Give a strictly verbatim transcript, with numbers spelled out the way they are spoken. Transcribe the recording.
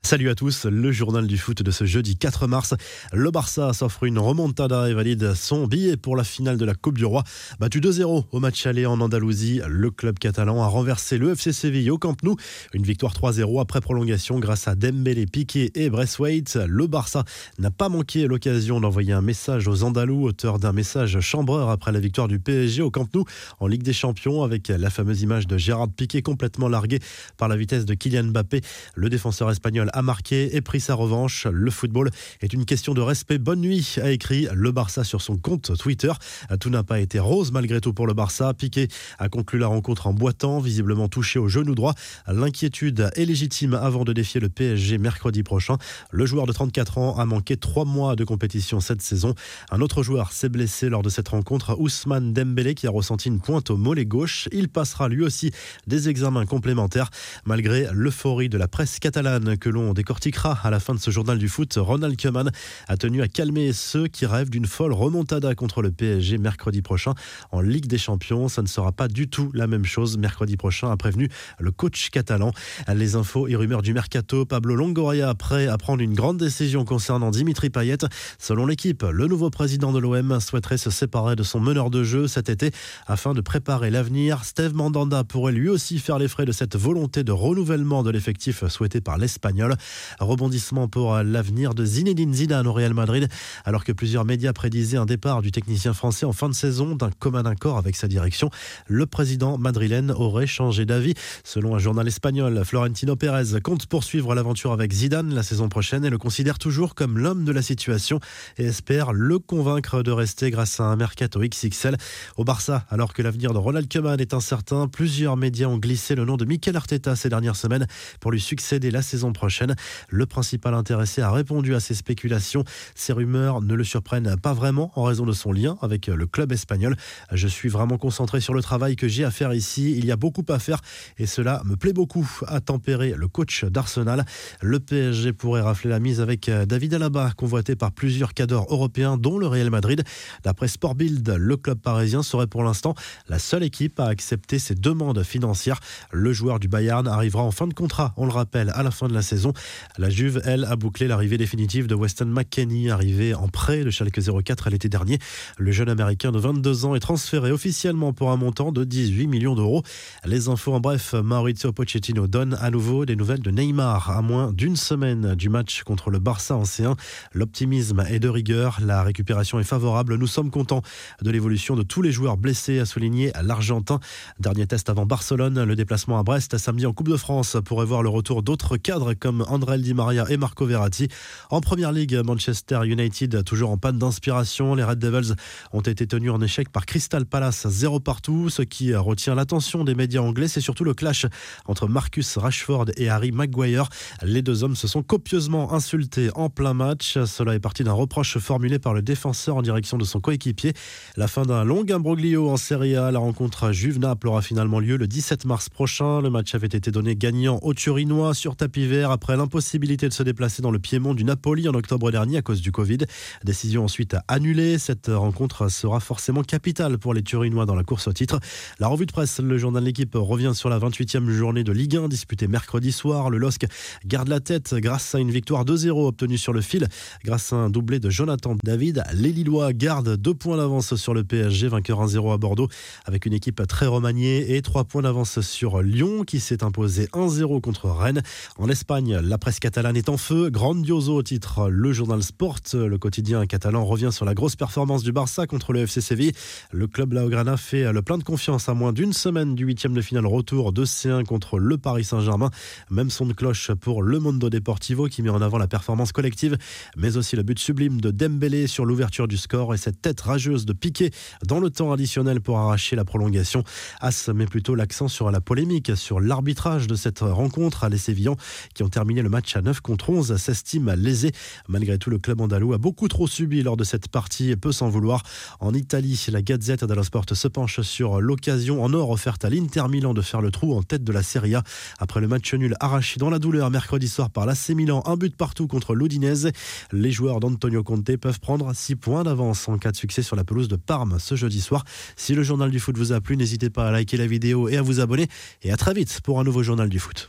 Salut à tous, le journal du foot de ce jeudi quatre mars. Le Barça s'offre une remontada et valide son billet pour la finale de la Coupe du Roi. Battu deux zéro au match aller en Andalousie, le club catalan a renversé le F C Séville au Camp Nou. Une victoire trois zéro après prolongation grâce à Dembélé, Piqué et Braithwaite. Le Barça n'a pas manqué l'occasion d'envoyer un message aux Andalous, auteur d'un message chambreur après la victoire du P S G au Camp Nou en Ligue des Champions, avec la fameuse image de Gérard Piqué complètement largué par la vitesse de Kylian Mbappé. Le défenseur espagnol a marqué et pris sa revanche. Le football est une question de respect. Bonne nuit, a écrit le Barça sur son compte Twitter. Tout n'a pas été rose malgré tout pour le Barça. Piqué a conclu la rencontre en boitant, visiblement touché au genou droit. L'inquiétude est légitime avant de défier le P S G mercredi prochain. Le joueur de trente-quatre ans a manqué trois mois de compétition cette saison. Un autre joueur s'est blessé lors de cette rencontre, Ousmane Dembélé, qui a ressenti une pointe au mollet gauche. Il passera lui aussi des examens complémentaires. Malgré l'euphorie de la presse catalane que l'on décortiquera à la fin de ce journal du foot, Ronald Koeman a tenu à calmer ceux qui rêvent d'une folle remontada contre le P S G mercredi prochain en Ligue des Champions. Ça ne sera pas du tout la même chose mercredi prochain, a prévenu le coach catalan. Les infos et rumeurs du mercato, Pablo Longoria prêt à prendre une grande décision concernant Dimitri Payet. Selon l'équipe, le nouveau président de l'O M souhaiterait se séparer de son meneur de jeu cet été afin de préparer l'avenir. Steve Mandanda pourrait lui aussi faire les frais de cette volonté de renouvellement de l'effectif souhaité par l'Espagnol. Rebondissement pour l'avenir de Zinedine Zidane au Real Madrid, alors que plusieurs médias prédisaient un départ du technicien français en fin de saison d'un commun accord avec sa direction. Le président madrilène aurait changé d'avis. Selon un journal espagnol, Florentino Pérez compte poursuivre l'aventure avec Zidane la saison prochaine et le considère toujours comme l'homme de la situation et espère le convaincre de rester grâce à un mercato X X L. Au Barça, alors que l'avenir de Ronald Koeman est incertain, plusieurs médias ont glissé le nom de Mikel Arteta ces dernières semaines pour lui succéder la saison prochaine. Le principal intéressé a répondu à ces spéculations. Ces rumeurs ne le surprennent pas vraiment en raison de son lien avec le club espagnol. Je suis vraiment concentré sur le travail que j'ai à faire ici. Il y a beaucoup à faire et cela me plaît beaucoup, a tempéré le coach d'Arsenal. Le P S G pourrait rafler la mise avec David Alaba, convoité par plusieurs cadors européens, dont le Real Madrid. D'après Sport Bild, le club parisien serait pour l'instant la seule équipe à accepter ses demandes financières. Le joueur du Bayern arrivera en fin de contrat, on le rappelle, à la fin de la saison. La Juve, elle, a bouclé l'arrivée définitive de Weston McKennie, arrivé en prêt de Schalke zéro quatre l'été dernier. Le jeune américain de vingt-deux ans est transféré officiellement pour un montant de dix-huit millions d'euros. Les infos en bref, Mauricio Pochettino donne à nouveau des nouvelles de Neymar à moins d'une semaine du match contre le Barça en C un. L'optimisme est de rigueur, la récupération est favorable. Nous sommes contents de l'évolution de tous les joueurs blessés, a souligné l'Argentin. Dernier test avant Barcelone, le déplacement à Brest samedi en Coupe de France pourrait voir le retour d'autres cadres comme André Di Maria et Marco Verratti. En première ligue, Manchester United toujours en panne d'inspiration. Les Red Devils ont été tenus en échec par Crystal Palace zéro partout. Ce qui retient l'attention des médias anglais, c'est surtout le clash entre Marcus Rashford et Harry Maguire. Les deux hommes se sont copieusement insultés en plein match. Cela est parti d'un reproche formulé par le défenseur en direction de son coéquipier. La fin d'un long imbroglio en Serie A. La rencontre Juve-Naples aura finalement lieu le dix-sept mars prochain. Le match avait été donné gagnant aux Turinois sur tapis vert après l'impossibilité de se déplacer dans le Piémont du Napoli en octobre dernier à cause du Covid. Décision ensuite annulée. Cette rencontre sera forcément capitale pour les Turinois dans la course au titre. La revue de presse, le journal de l'équipe revient sur la vingt-huitième journée de Ligue un disputée mercredi soir. Le L O S C garde la tête grâce à une victoire deux zéro obtenue sur le fil grâce à un doublé de Jonathan David. Les Lillois gardent deux points d'avance sur le P S G, vainqueur un zéro à Bordeaux avec une équipe très remaniée, et trois points d'avance sur Lyon qui s'est imposé un zéro contre Rennes. En Espagne, la presse catalane est en feu. Grandioso titre le journal Sport. Le quotidien catalan revient sur la grosse performance du Barça contre le F C Séville. Le club Blaugrana fait le plein de confiance à moins d'une semaine du huitième de finale retour de C un contre le Paris Saint-Germain. Même son de cloche pour le Mundo Deportivo qui met en avant la performance collective, mais aussi le but sublime de Dembélé sur l'ouverture du score et cette tête rageuse de Piqué dans le temps additionnel pour arracher la prolongation. As met plutôt l'accent sur la polémique, sur l'arbitrage de cette rencontre. Les Sévillans qui ont terminé le match à neuf contre onze s'estiment lésés. Malgré tout, le club andalou a beaucoup trop subi lors de cette partie et peut s'en vouloir. En Italie, la Gazzetta dello Sport se penche sur l'occasion en or offerte à l'Inter Milan de faire le trou en tête de la Serie A. Après le match nul arraché dans la douleur mercredi soir par l'A C Milan, un but partout contre l'Udinese, les joueurs d'Antonio Conte peuvent prendre six points d'avance en cas de succès sur la pelouse de Parme ce jeudi soir. Si le journal du foot vous a plu, n'hésitez pas à liker la vidéo et à vous abonner. Et à très vite pour un nouveau journal du foot.